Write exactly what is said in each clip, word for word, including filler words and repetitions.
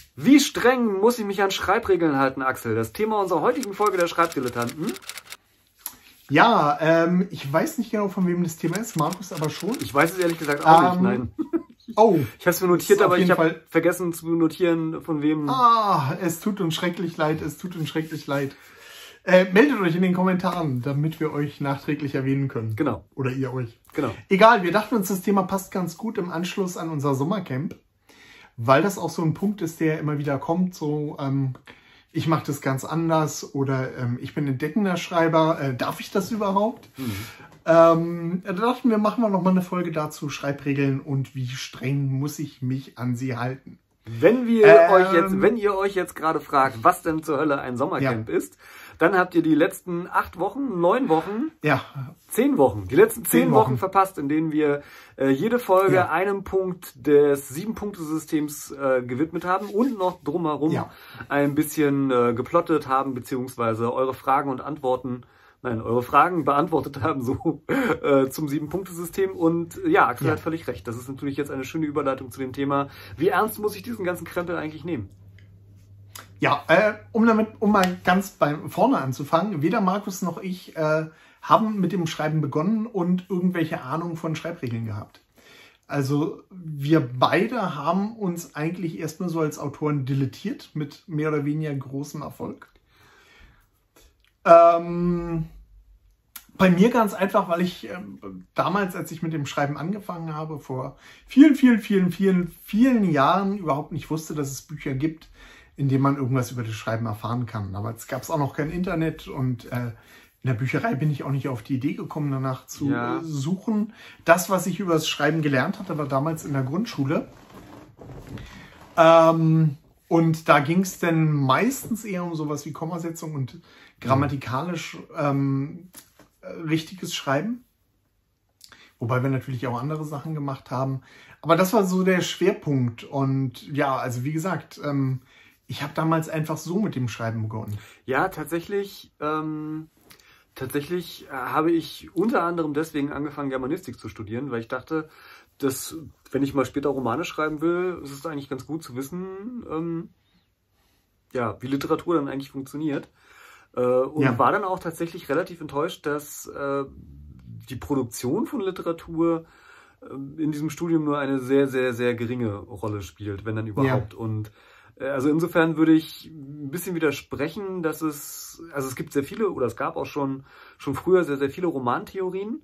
Wie streng muss ich mich an Schreibregeln halten, Axel? Das Thema unserer heutigen Folge der Schreibdilettanten. Ja, ähm, ich weiß nicht genau, von wem das Thema ist, Markus aber schon. Ich weiß es ehrlich gesagt auch ähm, nicht, nein. Oh. Ich habe es mir notiert, aber ich habe vergessen zu notieren, von wem. Ah, es tut uns schrecklich leid, es tut uns schrecklich leid. Äh, meldet euch in den Kommentaren, damit wir euch nachträglich erwähnen können. Genau. Oder ihr euch. Genau. Egal, wir dachten uns, das Thema passt ganz gut im Anschluss an unser Sommercamp, weil das auch so ein Punkt ist, der immer wieder kommt, so ähm, ich mache das ganz anders oder ähm, ich bin entdeckender Schreiber, äh, darf ich das überhaupt? Mhm. Ähm, da dachten wir, machen wir nochmal eine Folge dazu, Schreibregeln und wie streng muss ich mich an sie halten. Wenn wir ähm, euch jetzt, wenn ihr euch jetzt gerade fragt, was denn zur Hölle ein Sommercamp ja. ist, dann habt ihr die letzten acht Wochen, neun Wochen, ja. zehn Wochen, die letzten zehn, zehn Wochen. Wochen verpasst, in denen wir äh, jede Folge ja. einem Punkt des Sieben-Punkte-Systems äh, gewidmet haben und noch drumherum ja. ein bisschen äh, geplottet haben, beziehungsweise eure Fragen und Antworten, nein, eure Fragen beantwortet haben, so äh, zum Sieben-Punkte-System. Und ja, Axel ja. hat völlig recht. Das ist natürlich jetzt eine schöne Überleitung zu dem Thema, wie ernst muss ich diesen ganzen Krempel eigentlich nehmen? Ja, äh, um damit, um mal ganz bei vorne anzufangen, weder Markus noch ich äh, haben mit dem Schreiben begonnen und irgendwelche Ahnung von Schreibregeln gehabt. Also wir beide haben uns eigentlich erstmal so als Autoren dilettiert, mit mehr oder weniger großem Erfolg. Ähm, bei mir ganz einfach, weil ich äh, damals, als ich mit dem Schreiben angefangen habe, vor vielen, vielen, vielen, vielen, vielen Jahren überhaupt nicht wusste, dass es Bücher gibt, in dem man irgendwas über das Schreiben erfahren kann. Aber es gab es auch noch kein Internet und äh, in der Bücherei bin ich auch nicht auf die Idee gekommen, danach zu ja. äh, suchen. Das, was ich über das Schreiben gelernt hatte, war damals in der Grundschule. Ähm, und da ging es dann meistens eher um sowas wie Kommasetzung und grammatikalisch ähm, richtiges Schreiben. Wobei wir natürlich auch andere Sachen gemacht haben. Aber das war so der Schwerpunkt. Und ja, also wie gesagt, ähm, ich habe damals einfach so mit dem Schreiben begonnen. Ja, tatsächlich, ähm, tatsächlich habe ich unter anderem deswegen angefangen, Germanistik zu studieren, weil ich dachte, dass, wenn ich mal später Romane schreiben will, ist es eigentlich ganz gut zu wissen, ähm, ja, wie Literatur dann eigentlich funktioniert. Äh, und ja. war dann auch tatsächlich relativ enttäuscht, dass äh, die Produktion von Literatur äh, in diesem Studium nur eine sehr, sehr, sehr geringe Rolle spielt, wenn dann überhaupt. Ja. Und also insofern würde ich ein bisschen widersprechen, dass es, also es gibt sehr viele, oder es gab auch schon, schon früher sehr, sehr viele Romantheorien,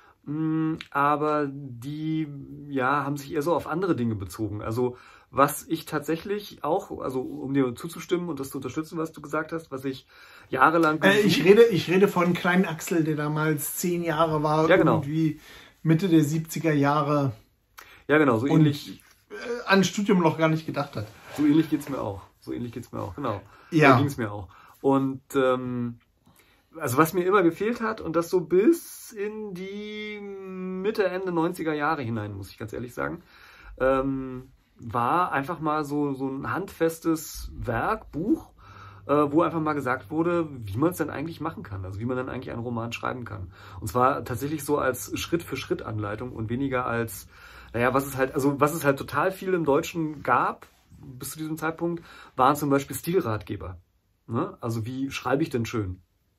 aber die, ja, haben sich eher so auf andere Dinge bezogen. Also was ich tatsächlich auch, also um dir zuzustimmen und das zu unterstützen, was du gesagt hast, was ich jahrelang... Äh, ich rede, ich rede von kleinen Axel, der damals zehn Jahre war, ja, genau. irgendwie Mitte der siebziger Jahre. Ja, genau, so ähnlich. Und, äh, an Studium noch gar nicht gedacht hat. So ähnlich geht's mir auch. So ähnlich geht's mir auch, genau. Ja. So ging's mir auch. Und ähm, also was mir immer gefehlt hat, und das so bis in die Mitte, Ende neunziger Jahre hinein, muss ich ganz ehrlich sagen, ähm, war einfach mal so, so ein handfestes Werk, Buch, äh, wo einfach mal gesagt wurde, wie man es denn eigentlich machen kann. Also wie man dann eigentlich einen Roman schreiben kann. Und zwar tatsächlich so als Schritt-für-Schritt-Anleitung und weniger als, naja, was es halt, also was es halt total viel im Deutschen gab, bis zu diesem Zeitpunkt, waren zum Beispiel Stilratgeber. Ne? Also wie schreibe ich denn schön?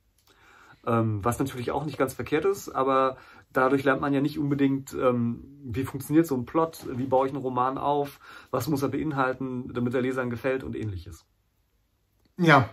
Ähm, was natürlich auch nicht ganz verkehrt ist, aber dadurch lernt man ja nicht unbedingt, ähm, wie funktioniert so ein Plot, wie baue ich einen Roman auf, was muss er beinhalten, damit der Lesern gefällt und ähnliches. Ja,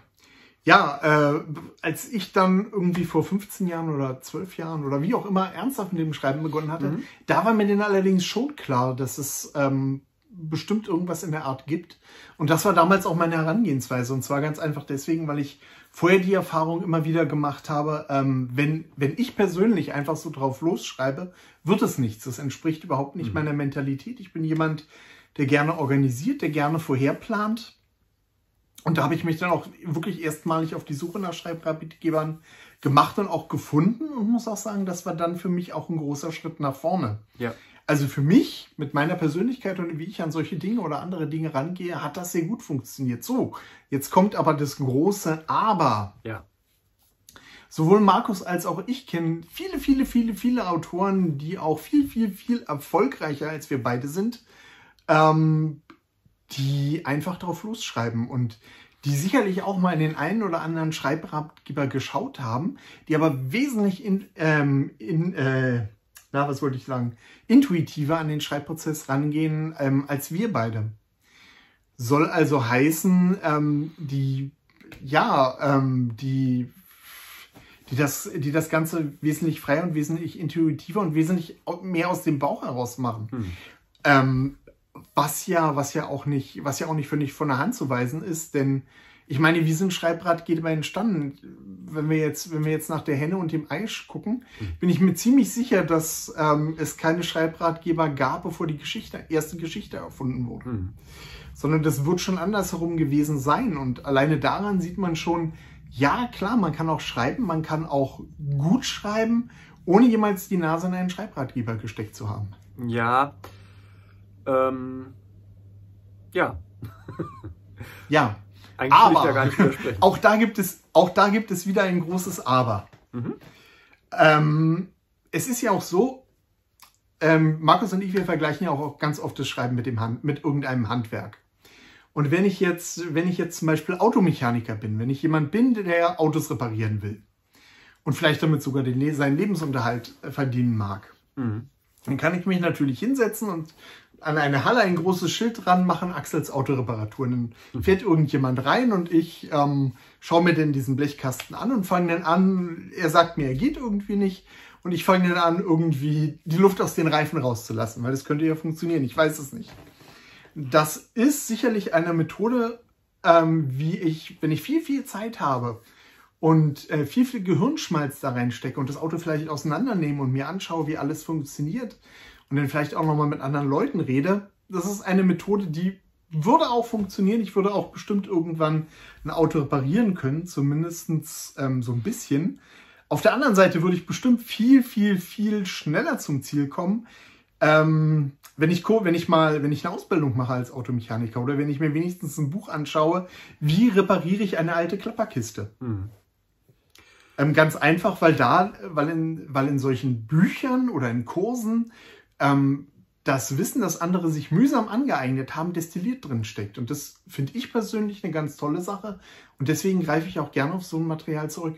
ja, äh, als ich dann irgendwie vor fünfzehn Jahren oder zwölf Jahren oder wie auch immer ernsthaft mit dem Schreiben begonnen hatte, mhm. da war mir dann allerdings schon klar, dass es ähm, bestimmt irgendwas in der Art gibt. Und das war damals auch meine Herangehensweise. Und zwar ganz einfach deswegen, weil ich vorher die Erfahrung immer wieder gemacht habe, ähm, wenn, wenn ich persönlich einfach so drauf losschreibe, wird es nichts. Das entspricht überhaupt nicht mhm. meiner Mentalität. Ich bin jemand, der gerne organisiert, der gerne vorherplant. Und da habe ich mich dann auch wirklich erstmalig auf die Suche nach Schreibratgebern gemacht und auch gefunden. Und muss auch sagen, das war dann für mich auch ein großer Schritt nach vorne. Ja. Also für mich, mit meiner Persönlichkeit und wie ich an solche Dinge oder andere Dinge rangehe, hat das sehr gut funktioniert. So, jetzt kommt aber das große Aber. Ja. Sowohl Markus als auch ich kennen viele, viele, viele, viele Autoren, die auch viel, viel, viel erfolgreicher als wir beide sind, ähm, die einfach drauf losschreiben und die sicherlich auch mal in den einen oder anderen Schreibratgeber geschaut haben, die aber wesentlich in, ähm, in äh, na, was wollte ich sagen, intuitiver an den Schreibprozess rangehen ähm, als wir beide. Soll also heißen, ähm, die, ja, ähm, die, die, das, die das Ganze wesentlich freier und wesentlich intuitiver und wesentlich mehr aus dem Bauch heraus machen. Hm. Ähm, was ja, was ja auch nicht, was ja auch nicht völlig von der Hand zu weisen ist, denn ich meine, wie sind Schreibratgeber entstanden? Wenn wir jetzt, wenn wir jetzt nach der Henne und dem Ei gucken, bin ich mir ziemlich sicher, dass ähm, es keine Schreibratgeber gab, bevor die Geschichte, erste Geschichte erfunden wurde. Mhm. Sondern das wird schon andersherum gewesen sein. Und alleine daran sieht man schon, ja klar, man kann auch schreiben, man kann auch gut schreiben, ohne jemals die Nase in einen Schreibratgeber gesteckt zu haben. Ja. Ähm. Ja. Ja. Eigentlich will ich da gar nicht widersprechen. Auch da gibt es, auch da gibt es wieder ein großes Aber. Mhm. Ähm, es ist ja auch so, ähm, Markus und ich, wir vergleichen ja auch ganz oft das Schreiben mit dem Hand, mit irgendeinem Handwerk. Und wenn ich jetzt, wenn ich jetzt zum Beispiel Automechaniker bin, wenn ich jemand bin, der Autos reparieren will und vielleicht damit sogar den, seinen Lebensunterhalt verdienen mag, mhm. dann kann ich mich natürlich hinsetzen und an eine Halle ein großes Schild dran machen, Axels Autoreparaturen. Dann fährt irgendjemand rein und ich ähm, schaue mir dann diesen Blechkasten an und fange dann an, er sagt mir, er geht irgendwie nicht und ich fange dann an, irgendwie die Luft aus den Reifen rauszulassen, weil das könnte ja funktionieren, ich weiß es nicht. Das ist sicherlich eine Methode, ähm, wie ich, wenn ich viel, viel Zeit habe und äh, viel, viel Gehirnschmalz da reinstecke und das Auto vielleicht auseinandernehme und mir anschaue, wie alles funktioniert, und dann vielleicht auch nochmal mit anderen Leuten rede. Das ist eine Methode, die würde auch funktionieren. Ich würde auch bestimmt irgendwann ein Auto reparieren können, zumindest ähm, so ein bisschen. Auf der anderen Seite würde ich bestimmt viel, viel, viel schneller zum Ziel kommen, ähm, wenn ich, wenn ich mal, wenn ich eine Ausbildung mache als Automechaniker oder wenn ich mir wenigstens ein Buch anschaue, wie repariere ich eine alte Klapperkiste. Mhm. Ähm, ganz einfach, weil da, weil in, weil in solchen Büchern oder in Kursen ähm, das Wissen, das andere sich mühsam angeeignet haben, destilliert drin steckt. Und das finde ich persönlich eine ganz tolle Sache. Und deswegen greife ich auch gerne auf so ein Material zurück.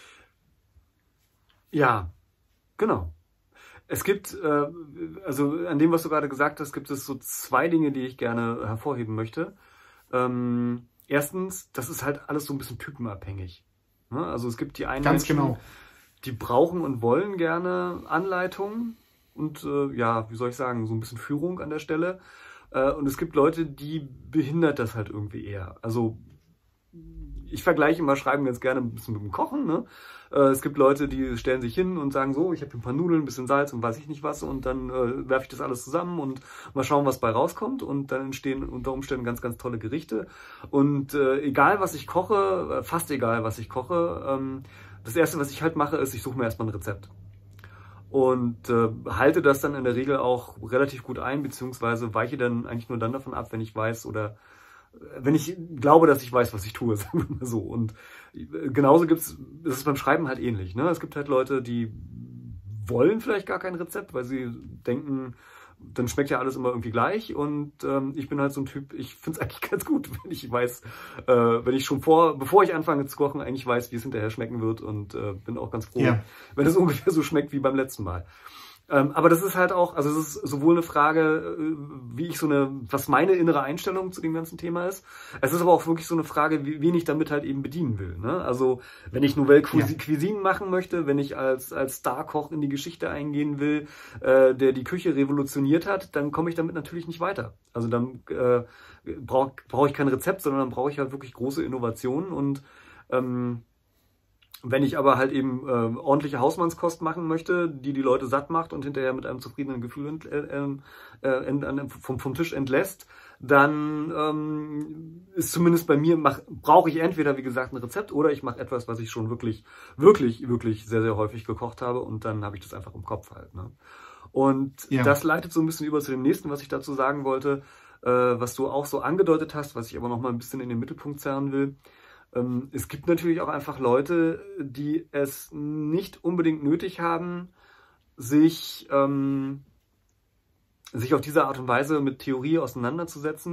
Ja, genau. Es gibt, äh, also an dem, was du gerade gesagt hast, gibt es so zwei Dinge, die ich gerne hervorheben möchte. Ähm, erstens, das ist halt alles so ein bisschen typenabhängig. Ne? Also es gibt die einen Ganz Menschen, genau. die brauchen und wollen gerne Anleitungen und äh, ja, wie soll ich sagen, so ein bisschen Führung an der Stelle. Äh, und es gibt Leute, die behindert das halt irgendwie eher. Also ich vergleiche immer Schreiben ganz gerne ein bisschen mit dem Kochen. Ne? Äh, es gibt Leute, die stellen sich hin und sagen so, ich habe ein paar Nudeln, ein bisschen Salz und weiß ich nicht was und dann äh, werfe ich das alles zusammen und mal schauen, was bei rauskommt und dann entstehen unter Umständen ganz, ganz tolle Gerichte. Und äh, egal, was ich koche, äh, fast egal, was ich koche, ähm, das Erste, was ich halt mache, ist, ich suche mir erstmal ein Rezept. Und äh, halte das dann in der Regel auch relativ gut ein, beziehungsweise weiche dann eigentlich nur dann davon ab, wenn ich weiß oder wenn ich glaube, dass ich weiß, was ich tue, sagen wir mal so. Und genauso gibt's, das ist beim Schreiben halt ähnlich. Ne? Es gibt halt Leute, die wollen vielleicht gar kein Rezept, weil sie denken, dann schmeckt ja alles immer irgendwie gleich. Und ähm, ich bin halt so ein Typ, ich finde es eigentlich ganz gut, wenn ich weiß, äh, wenn ich schon vor, bevor ich anfange zu kochen, eigentlich weiß, wie es hinterher schmecken wird und äh, bin auch ganz froh, ja. wenn es ungefähr so schmeckt wie beim letzten Mal. Ähm, aber das ist halt auch, also es ist sowohl eine Frage, wie ich so eine, was meine innere Einstellung zu dem ganzen Thema ist. Es ist aber auch wirklich so eine Frage, wie, wen ich damit halt eben bedienen will. Ne? Also wenn ich Nouvelle Cuisine ja. machen möchte, wenn ich als als Starkoch in die Geschichte eingehen will, äh, der die Küche revolutioniert hat, dann komme ich damit natürlich nicht weiter. Also dann äh, brauche brauch ich kein Rezept, sondern dann brauche ich halt wirklich große Innovationen und ähm, wenn ich aber halt eben äh, ordentliche Hausmannskost machen möchte, die die Leute satt macht und hinterher mit einem zufriedenen Gefühl ent, äh, äh, ent, äh, vom, vom Tisch entlässt, dann ähm, ist zumindest bei mir, mach, brauche ich entweder, wie gesagt, ein Rezept oder ich mache etwas, was ich schon wirklich, wirklich, wirklich sehr, sehr häufig gekocht habe und dann habe ich das einfach im Kopf halt. Ne? Und ja. das leitet so ein bisschen über zu dem nächsten, was ich dazu sagen wollte, äh, was du auch so angedeutet hast, was ich aber noch mal ein bisschen in den Mittelpunkt zerren will. Es gibt natürlich auch einfach Leute, die es nicht unbedingt nötig haben, sich, ähm, sich auf diese Art und Weise mit Theorie auseinanderzusetzen,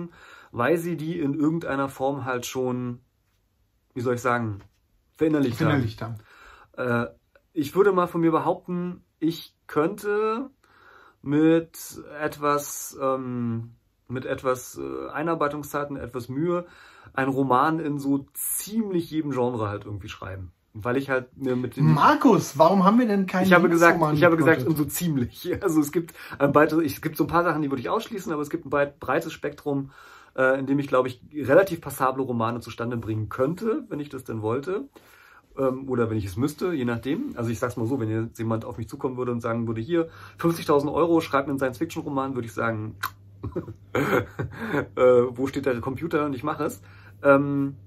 weil sie die in irgendeiner Form halt schon, wie soll ich sagen, verinnerlicht, verinnerlicht haben. haben. Äh, ich würde mal von mir behaupten, ich könnte mit etwas, ähm, mit etwas äh, Einarbeitungszeiten, etwas Mühe, einen Roman in so ziemlich jedem Genre halt irgendwie schreiben. Weil ich halt mir mit dem... Markus, warum haben wir denn keinen Ich habe gesagt, Roman ich habe gesagt, geplottet? und so ziemlich. Also es gibt ein breites, es gibt so ein paar Sachen, die würde ich ausschließen, aber es gibt ein breites Spektrum, äh, in dem ich, glaube ich, relativ passable Romane zustande bringen könnte, wenn ich das denn wollte. Ähm, oder wenn ich es müsste, je nachdem. Also ich sag's mal so, wenn jetzt jemand auf mich zukommen würde und sagen würde, hier, fünfzigtausend Euro, schreib mir einen Science-Fiction-Roman, würde ich sagen, äh, wo steht der Computer und ich mache es. Ähm,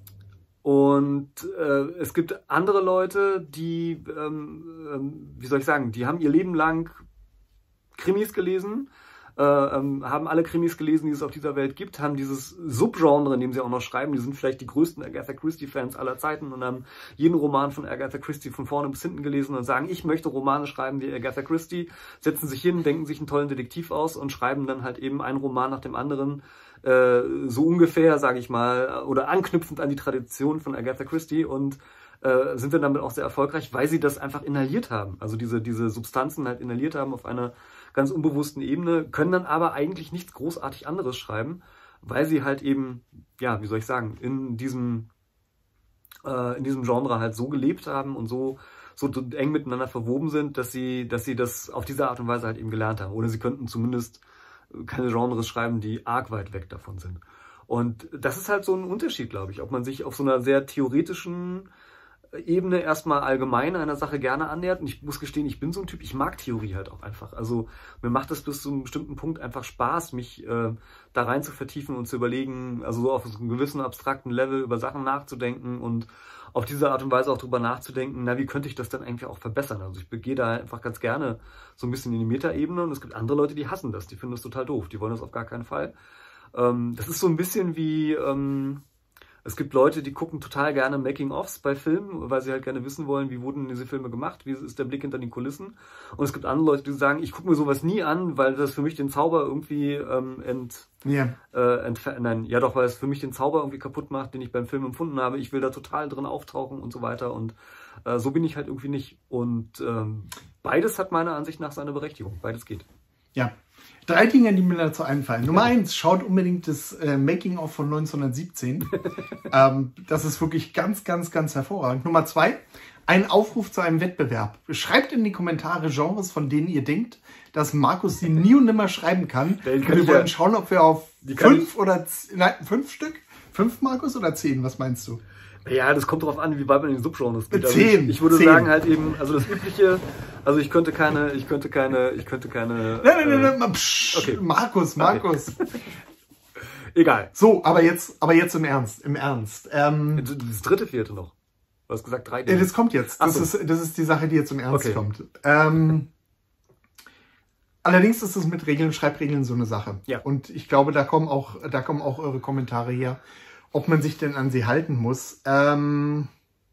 Und äh, es gibt andere Leute, die, ähm, ähm, wie soll ich sagen, die haben ihr Leben lang Krimis gelesen, äh, ähm, haben alle Krimis gelesen, die es auf dieser Welt gibt, haben dieses Subgenre, in dem sie auch noch schreiben, die sind vielleicht die größten Agatha Christie-Fans aller Zeiten und haben jeden Roman von Agatha Christie von vorne bis hinten gelesen und sagen, ich möchte Romane schreiben wie Agatha Christie, setzen sich hin, denken sich einen tollen Detektiv aus und schreiben dann halt eben einen Roman nach dem anderen, so ungefähr, sage ich mal, oder anknüpfend an die Tradition von Agatha Christie und äh, sind dann damit auch sehr erfolgreich, weil sie das einfach inhaliert haben. Also diese, diese Substanzen halt inhaliert haben auf einer ganz unbewussten Ebene, können dann aber eigentlich nichts großartig anderes schreiben, weil sie halt eben, ja, wie soll ich sagen, in diesem, äh, in diesem Genre halt so gelebt haben und so, so eng miteinander verwoben sind, dass sie, dass sie das auf diese Art und Weise halt eben gelernt haben. Oder sie könnten zumindest keine Genres schreiben, die arg weit weg davon sind. Und das ist halt so ein Unterschied, glaube ich, ob man sich auf so einer sehr theoretischen Ebene erstmal allgemein einer Sache gerne annähert. Und ich muss gestehen, ich bin so ein Typ, ich mag Theorie halt auch einfach. Also mir macht es bis zu einem bestimmten Punkt einfach Spaß, mich äh, da rein zu vertiefen und zu überlegen, also so auf so einem gewissen abstrakten Level über Sachen nachzudenken und auf diese Art und Weise auch drüber nachzudenken, na, wie könnte ich das dann eigentlich auch verbessern? Also ich begehe da einfach ganz gerne so ein bisschen in die Metaebene und es gibt andere Leute, die hassen das, die finden das total doof, die wollen das auf gar keinen Fall. Ähm, das ist so ein bisschen wie, ähm, es gibt Leute, die gucken total gerne Making-ofs bei Filmen, weil sie halt gerne wissen wollen, wie wurden diese Filme gemacht, wie ist der Blick hinter den Kulissen. Und es gibt andere Leute, die sagen, ich gucke mir sowas nie an, weil das für mich den Zauber irgendwie ähm, ent, yeah. äh, entfernt. Nein, ja doch, weil es für mich den Zauber irgendwie kaputt macht, den ich beim Film empfunden habe. Ich will da total drin auftauchen und so weiter. Und äh, so bin ich halt irgendwie nicht. Und ähm, beides hat meiner Ansicht nach seine Berechtigung. Beides geht. Ja. Drei Dinge, die mir dazu einfallen. Nummer eins, schaut unbedingt das äh, Making-of von neunzehnhundertsiebzehn. ähm, das ist wirklich ganz, ganz, ganz hervorragend. Nummer zwei, ein Aufruf zu einem Wettbewerb. Schreibt in die Kommentare Genres, von denen ihr denkt, dass Markus sie nie und nimmer schreiben kann. kann wir wollen ja. schauen, ob wir auf fünf oder nein, fünf Stück? Fünf, Markus, oder zehn? Was meinst du? Ja, das kommt darauf an, wie weit man in den Subgenres geht. Also Zehn. ich, ich würde zehn. sagen halt eben, also das übliche, also ich könnte keine, ich könnte keine, ich könnte keine. Nein, nein, nein, nein, psch, okay. Markus, Markus. Okay. Egal. So, aber jetzt, aber jetzt im Ernst, im Ernst. Ähm, das dritte, vierte noch. Du hast gesagt drei Dinge. Ja, das kommt jetzt. Das, so. ist, das ist die Sache, die jetzt im Ernst okay. kommt. Ähm, allerdings ist es mit Regeln, Schreibregeln so eine Sache. Ja. Und ich glaube, da kommen auch, da kommen auch eure Kommentare her, ob man sich denn an sie halten muss. Ähm,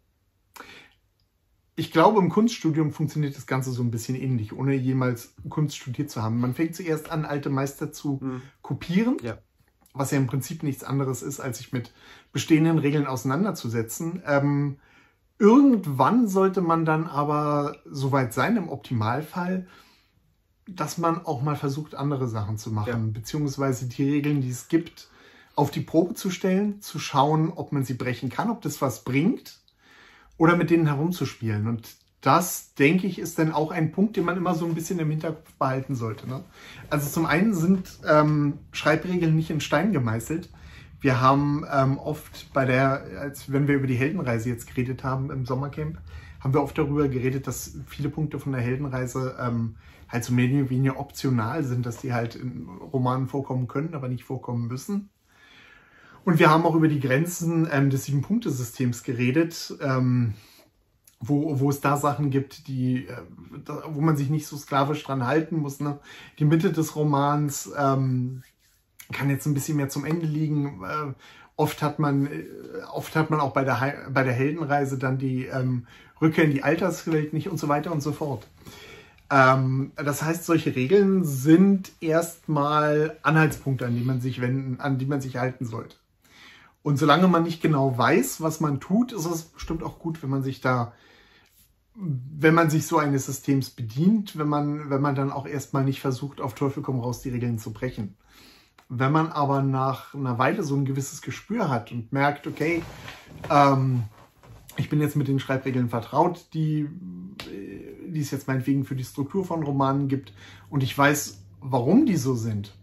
ich glaube, im Kunststudium funktioniert das Ganze so ein bisschen ähnlich, ohne jemals Kunst studiert zu haben. Man fängt zuerst an, alte Meister zu hm. kopieren, ja. was ja im Prinzip nichts anderes ist, als sich mit bestehenden Regeln auseinanderzusetzen. Ähm, irgendwann sollte man dann aber soweit sein, im Optimalfall, dass man auch mal versucht, andere Sachen zu machen, ja. beziehungsweise die Regeln, die es gibt, auf die Probe zu stellen, zu schauen, ob man sie brechen kann, ob das was bringt oder mit denen herumzuspielen. Und das, denke ich, ist dann auch ein Punkt, den man immer so ein bisschen im Hinterkopf behalten sollte. Ne? Also zum einen sind ähm, Schreibregeln nicht in Stein gemeißelt. Wir haben ähm, oft bei der, als wenn wir über die Heldenreise jetzt geredet haben im Sommercamp, haben wir oft darüber geredet, dass viele Punkte von der Heldenreise ähm, halt so mehr oder weniger optional sind, dass die halt in Romanen vorkommen können, aber nicht vorkommen müssen. Und wir haben auch über die Grenzen ähm, des Sieben-Punkte-Systems geredet, ähm, wo, wo es da Sachen gibt, die, äh, da, wo man sich nicht so sklavisch dran halten muss. Ne? Die Mitte des Romans ähm, kann jetzt ein bisschen mehr zum Ende liegen. Äh, oft hat man, äh, oft hat man auch bei der, bei der Heldenreise dann die ähm, Rückkehr in die Alterswelt nicht und so weiter und so fort. Ähm, das heißt, solche Regeln sind erstmal Anhaltspunkte, an die man sich wenden, an die man sich halten sollte. Und solange man nicht genau weiß, was man tut, ist es bestimmt auch gut, wenn man sich da, wenn man sich so eines Systems bedient, wenn man, wenn man dann auch erstmal nicht versucht, auf Teufel komm raus, die Regeln zu brechen. Wenn man aber nach einer Weile so ein gewisses Gespür hat und merkt, okay, ähm, ich bin jetzt mit den Schreibregeln vertraut, die, die es jetzt meinetwegen für die Struktur von Romanen gibt und ich weiß, warum die so sind.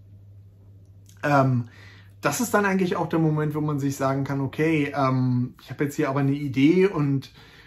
Ähm, das ist dann eigentlich auch der Moment, wo man sich sagen kann, okay, ähm, ich habe jetzt hier aber eine Idee und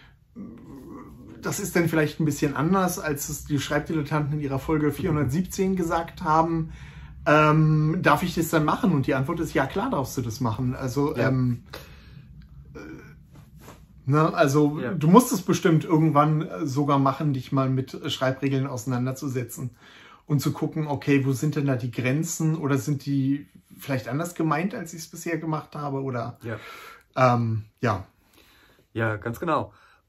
das ist dann vielleicht ein bisschen anders, als es die Schreibdilettanten in ihrer Folge vierhundertsiebzehn gesagt haben. Ähm, darf ich das dann machen? Und die Antwort ist, ja klar darfst du das machen. Also, ja. ähm, äh, ne, also ja. Du musst es bestimmt irgendwann sogar machen, dich mal mit Schreibregeln auseinanderzusetzen und zu gucken, okay, wo sind denn da die Grenzen oder sind die vielleicht anders gemeint, als ich es bisher gemacht habe? Oder ja. Ähm, ja. Ja, ganz genau.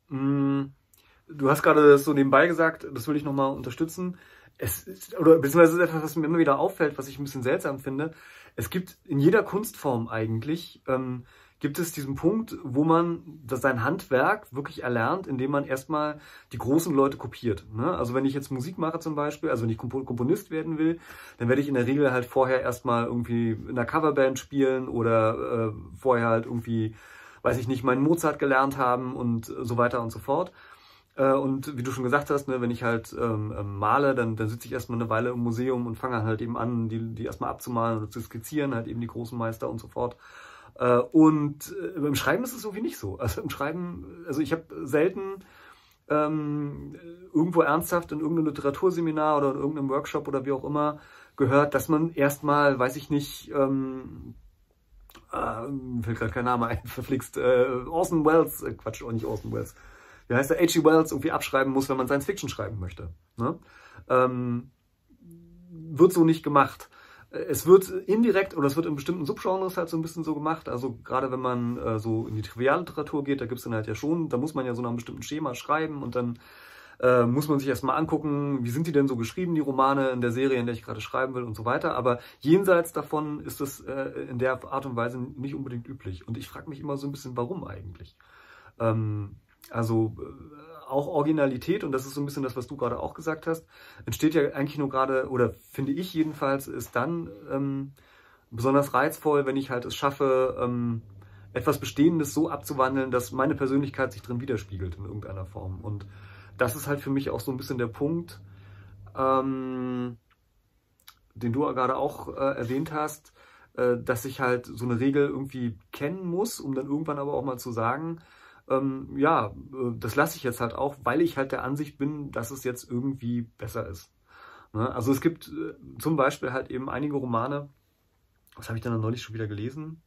Du hast gerade so nebenbei gesagt, das will ich nochmal unterstützen. Es ist, oder beziehungsweise es ist etwas, was mir immer wieder auffällt, was ich ein bisschen seltsam finde. Es gibt in jeder Kunstform eigentlich, ähm, gibt es diesen Punkt, wo man das, sein Handwerk wirklich erlernt, indem man erstmal die großen Leute kopiert. Ne? Also wenn ich jetzt Musik mache zum Beispiel, also wenn ich Komponist werden will, dann werde ich in der Regel halt vorher erstmal irgendwie in einer Coverband spielen oder äh, vorher halt irgendwie, weiß ich nicht, meinen Mozart gelernt haben und so weiter und so fort. Und wie du schon gesagt hast, ne, wenn ich halt ähm, male, dann, dann sitze ich erstmal eine Weile im Museum und fange halt eben an, die, die erstmal abzumalen oder zu skizzieren, halt eben die großen Meister und so fort. Äh, und äh, im Schreiben ist es irgendwie nicht so. Also im Schreiben, also ich habe selten ähm, irgendwo ernsthaft in irgendeinem Literaturseminar oder in irgendeinem Workshop oder wie auch immer gehört, dass man erstmal, weiß ich nicht, ähm, äh, mir fällt gerade kein Name ein, verflixt, äh, Orson Welles, äh, Quatsch, auch nicht Orson Welles, wie heißt der, H G Wells irgendwie abschreiben muss, wenn man Science Fiction schreiben möchte. Ne? Ähm, wird so nicht gemacht. Es wird indirekt, oder es wird in bestimmten Subgenres halt so ein bisschen so gemacht, also gerade wenn man äh, so in die Trivialliteratur geht, da gibt es dann halt ja schon, da muss man ja so nach einem bestimmten Schema schreiben und dann äh, muss man sich erstmal angucken, wie sind die denn so geschrieben, die Romane in der Serie, in der ich gerade schreiben will und so weiter, aber jenseits davon ist es äh, in der Art und Weise nicht unbedingt üblich und ich frage mich immer so ein bisschen, warum eigentlich? Ähm, Also äh, auch Originalität, und das ist so ein bisschen das, was du gerade auch gesagt hast, entsteht ja eigentlich nur gerade, oder finde ich jedenfalls, ist dann ähm, besonders reizvoll, wenn ich halt es schaffe, ähm, etwas Bestehendes so abzuwandeln, dass meine Persönlichkeit sich drin widerspiegelt in irgendeiner Form. Und das ist halt für mich auch so ein bisschen der Punkt, ähm, den du gerade auch äh, erwähnt hast, äh, dass ich halt so eine Regel irgendwie kennen muss, um dann irgendwann aber auch mal zu sagen, Ähm, ja, das lasse ich jetzt halt auch, weil ich halt der Ansicht bin, dass es jetzt irgendwie besser ist. Ne? Also es gibt äh, zum Beispiel halt eben einige Romane, was habe ich dann neulich schon wieder gelesen?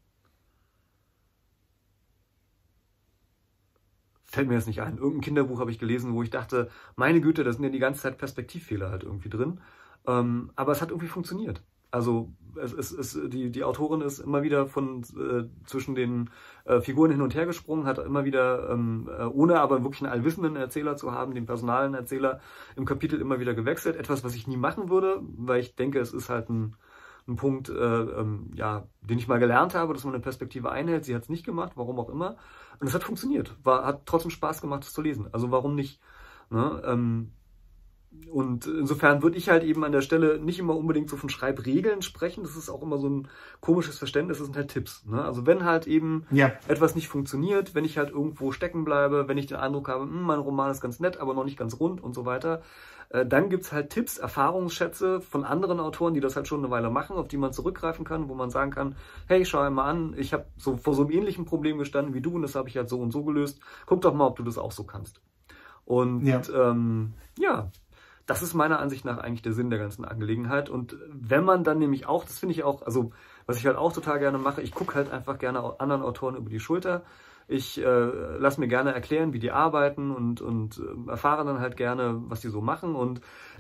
Fällt mir jetzt nicht ein. Irgendein Kinderbuch habe ich gelesen, wo ich dachte, meine Güte, da sind ja die ganze Zeit Perspektivfehler halt irgendwie drin. Ähm, aber es hat irgendwie funktioniert. Also es, es, es, die, die Autorin ist immer wieder von äh, zwischen den äh, Figuren hin und her gesprungen, hat immer wieder, ähm, äh, ohne aber wirklich einen allwissenden Erzähler zu haben, den personalen Erzähler im Kapitel immer wieder gewechselt. Etwas, was ich nie machen würde, weil ich denke, es ist halt ein, ein Punkt, äh, ähm, ja, den ich mal gelernt habe, dass man eine Perspektive einhält. Sie hat es nicht gemacht, warum auch immer. Und es hat funktioniert. War, hat trotzdem Spaß gemacht, es zu lesen. Also warum nicht? Ne? Ähm, Und insofern würde ich halt eben an der Stelle nicht immer unbedingt so von Schreibregeln sprechen. Das ist auch immer so ein komisches Verständnis. Das sind halt Tipps. Ne? Also wenn halt eben ja. etwas nicht funktioniert, wenn ich halt irgendwo stecken bleibe, wenn ich den Eindruck habe, mein Roman ist ganz nett, aber noch nicht ganz rund und so weiter, äh, dann gibt's halt Tipps, Erfahrungsschätze von anderen Autoren, die das halt schon eine Weile machen, auf die man zurückgreifen kann, wo man sagen kann, hey, schau mal an, ich habe so vor so einem ähnlichen Problem gestanden wie du und das habe ich halt so und so gelöst. Guck doch mal, ob du das auch so kannst. Und ja, ähm, ja das ist meiner Ansicht nach eigentlich der Sinn der ganzen Angelegenheit. Und wenn man dann nämlich auch, das finde ich auch, also was ich halt auch total gerne mache, ich gucke halt einfach gerne anderen Autoren über die Schulter. Ich äh, lasse mir gerne erklären, wie die arbeiten und, und äh, erfahre dann halt gerne, was die so machen. Und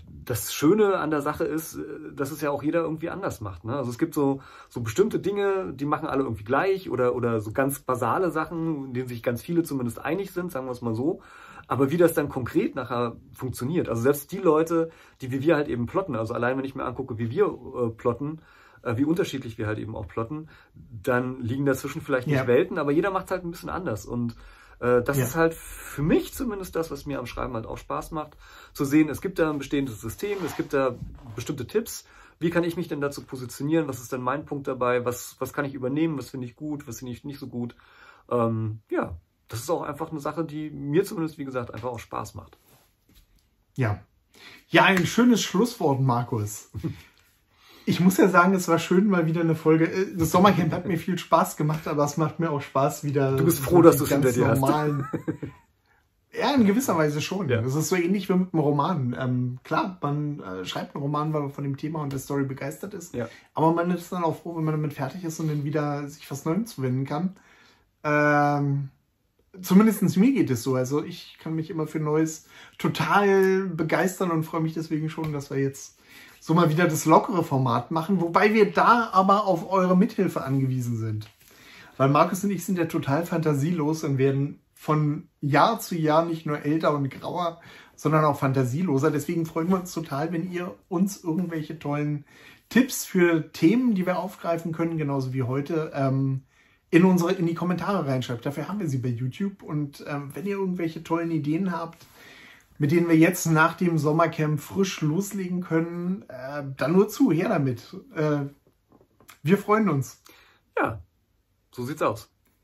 das Schöne an der Sache ist, dass es ja auch jeder irgendwie anders macht. Ne? Also es gibt so, so bestimmte Dinge, die machen alle irgendwie gleich oder, oder so ganz basale Sachen, in denen sich ganz viele zumindest einig sind, sagen wir es mal so. Aber wie das dann konkret nachher funktioniert, also selbst die Leute, die wie wir halt eben plotten, also allein wenn ich mir angucke, wie wir äh, plotten, äh, wie unterschiedlich wir halt eben auch plotten, dann liegen dazwischen vielleicht nicht ja. Welten, aber jeder macht es halt ein bisschen anders. Und äh, das ja. ist halt für mich zumindest das, was mir am Schreiben halt auch Spaß macht, zu sehen, es gibt da ein bestehendes System, es gibt da bestimmte Tipps, wie kann ich mich denn dazu positionieren, was ist denn mein Punkt dabei, was, was kann ich übernehmen, was finde ich gut, was finde ich nicht so gut. Ähm, ja. Das ist auch einfach eine Sache, die mir zumindest, wie gesagt, einfach auch Spaß macht. Ja. Ja, ein schönes Schlusswort, Markus. Ich muss ja sagen, es war schön, mal wieder eine Folge. Das Sommercamp hat mir viel Spaß gemacht, aber es macht mir auch Spaß, wieder. Du bist froh, dass du es hinter dir normalen... hast. Ja, in gewisser Weise schon. Ja. Das ist so ähnlich wie mit einem Roman. Ähm, klar, man äh, schreibt einen Roman, weil man von dem Thema und der Story begeistert ist. Ja. Aber man ist dann auch froh, wenn man damit fertig ist und dann wieder sich was Neuem zuwenden kann. Ähm... Zumindest mir geht es so. Also ich kann mich immer für Neues total begeistern und freue mich deswegen schon, dass wir jetzt so mal wieder das lockere Format machen. Wobei wir da aber auf eure Mithilfe angewiesen sind. Weil Markus und ich sind ja total fantasielos und werden von Jahr zu Jahr nicht nur älter und grauer, sondern auch fantasieloser. Deswegen freuen wir uns total, wenn ihr uns irgendwelche tollen Tipps für Themen, die wir aufgreifen können, genauso wie heute, ähm, in unsere in die Kommentare reinschreibt. Dafür haben wir sie bei YouTube. Und ähm, wenn ihr irgendwelche tollen Ideen habt, mit denen wir jetzt nach dem Sommercamp frisch loslegen können, äh, dann nur zu, her damit. Äh, wir freuen uns. Ja, so sieht's aus.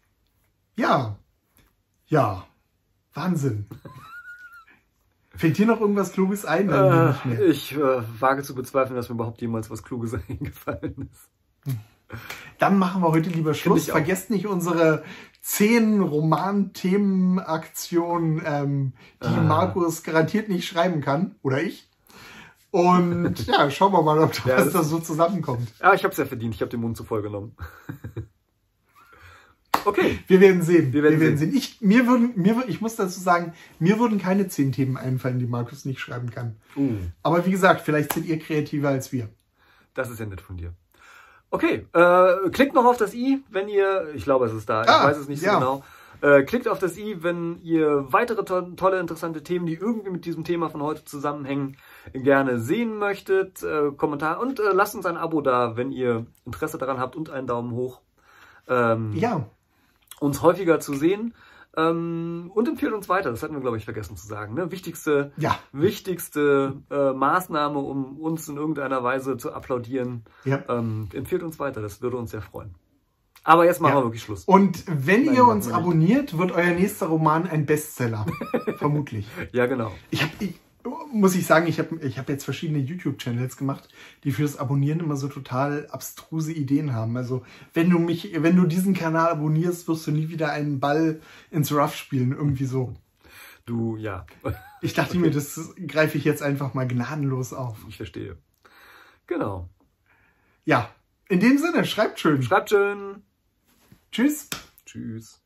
Ja, ja, Wahnsinn. Fällt dir noch irgendwas Kluges ein? Äh, nicht mehr. Ich äh, wage zu bezweifeln, dass mir überhaupt jemals was Kluges eingefallen ist. Hm. Dann machen wir heute lieber Schluss. Vergesst nicht unsere zehn Roman-Themen-Aktionen, ähm, die ah. Markus garantiert nicht schreiben kann. Oder ich. Und ja, schauen wir mal, ob das, ja, das da so zusammenkommt. Ja, ich habe es ja verdient. Ich habe den Mund zu voll genommen. Okay. Wir werden sehen. Wir werden, Wir werden sehen. sehen. Ich, mir würden, mir, ich muss dazu sagen, mir würden keine zehn Themen einfallen, die Markus nicht schreiben kann. Uh. Aber wie gesagt, vielleicht sind ihr kreativer als wir. Das ist ja nett von dir. Okay, äh, klickt noch auf das i, wenn ihr, ich glaube, es ist da, ah, ich weiß es nicht so ja. genau. Äh, klickt auf das i, wenn ihr weitere to tolle, interessante Themen, die irgendwie mit diesem Thema von heute zusammenhängen, gerne sehen möchtet. Äh, Kommentar und äh, lasst uns ein Abo da, wenn ihr Interesse daran habt und einen Daumen hoch. Ähm, ja. Uns häufiger zu sehen. Ähm, und empfehlt uns weiter, das hatten wir, glaube ich, vergessen zu sagen. Ne? Wichtigste, ja. wichtigste äh, Maßnahme, um uns in irgendeiner Weise zu applaudieren. Ja. Ähm, empfehlt uns weiter, das würde uns sehr freuen. Aber jetzt machen ja. wir wirklich Schluss. Und wenn Nein, ihr uns abonniert, wird euer nächster Roman ein Bestseller. Vermutlich. Ja, genau. Ich habe... Muss ich sagen, ich habe ich hab jetzt verschiedene YouTube-Channels gemacht, die fürs Abonnieren immer so total abstruse Ideen haben. Also wenn du mich, wenn du diesen Kanal abonnierst, wirst du nie wieder einen Ball ins Rough spielen, irgendwie so. Du, ja. Ich dachte okay. mir, das greife ich jetzt einfach mal gnadenlos auf. Ich verstehe. Genau. Ja, in dem Sinne, schreibt schön. Schreibt schön. Tschüss. Tschüss.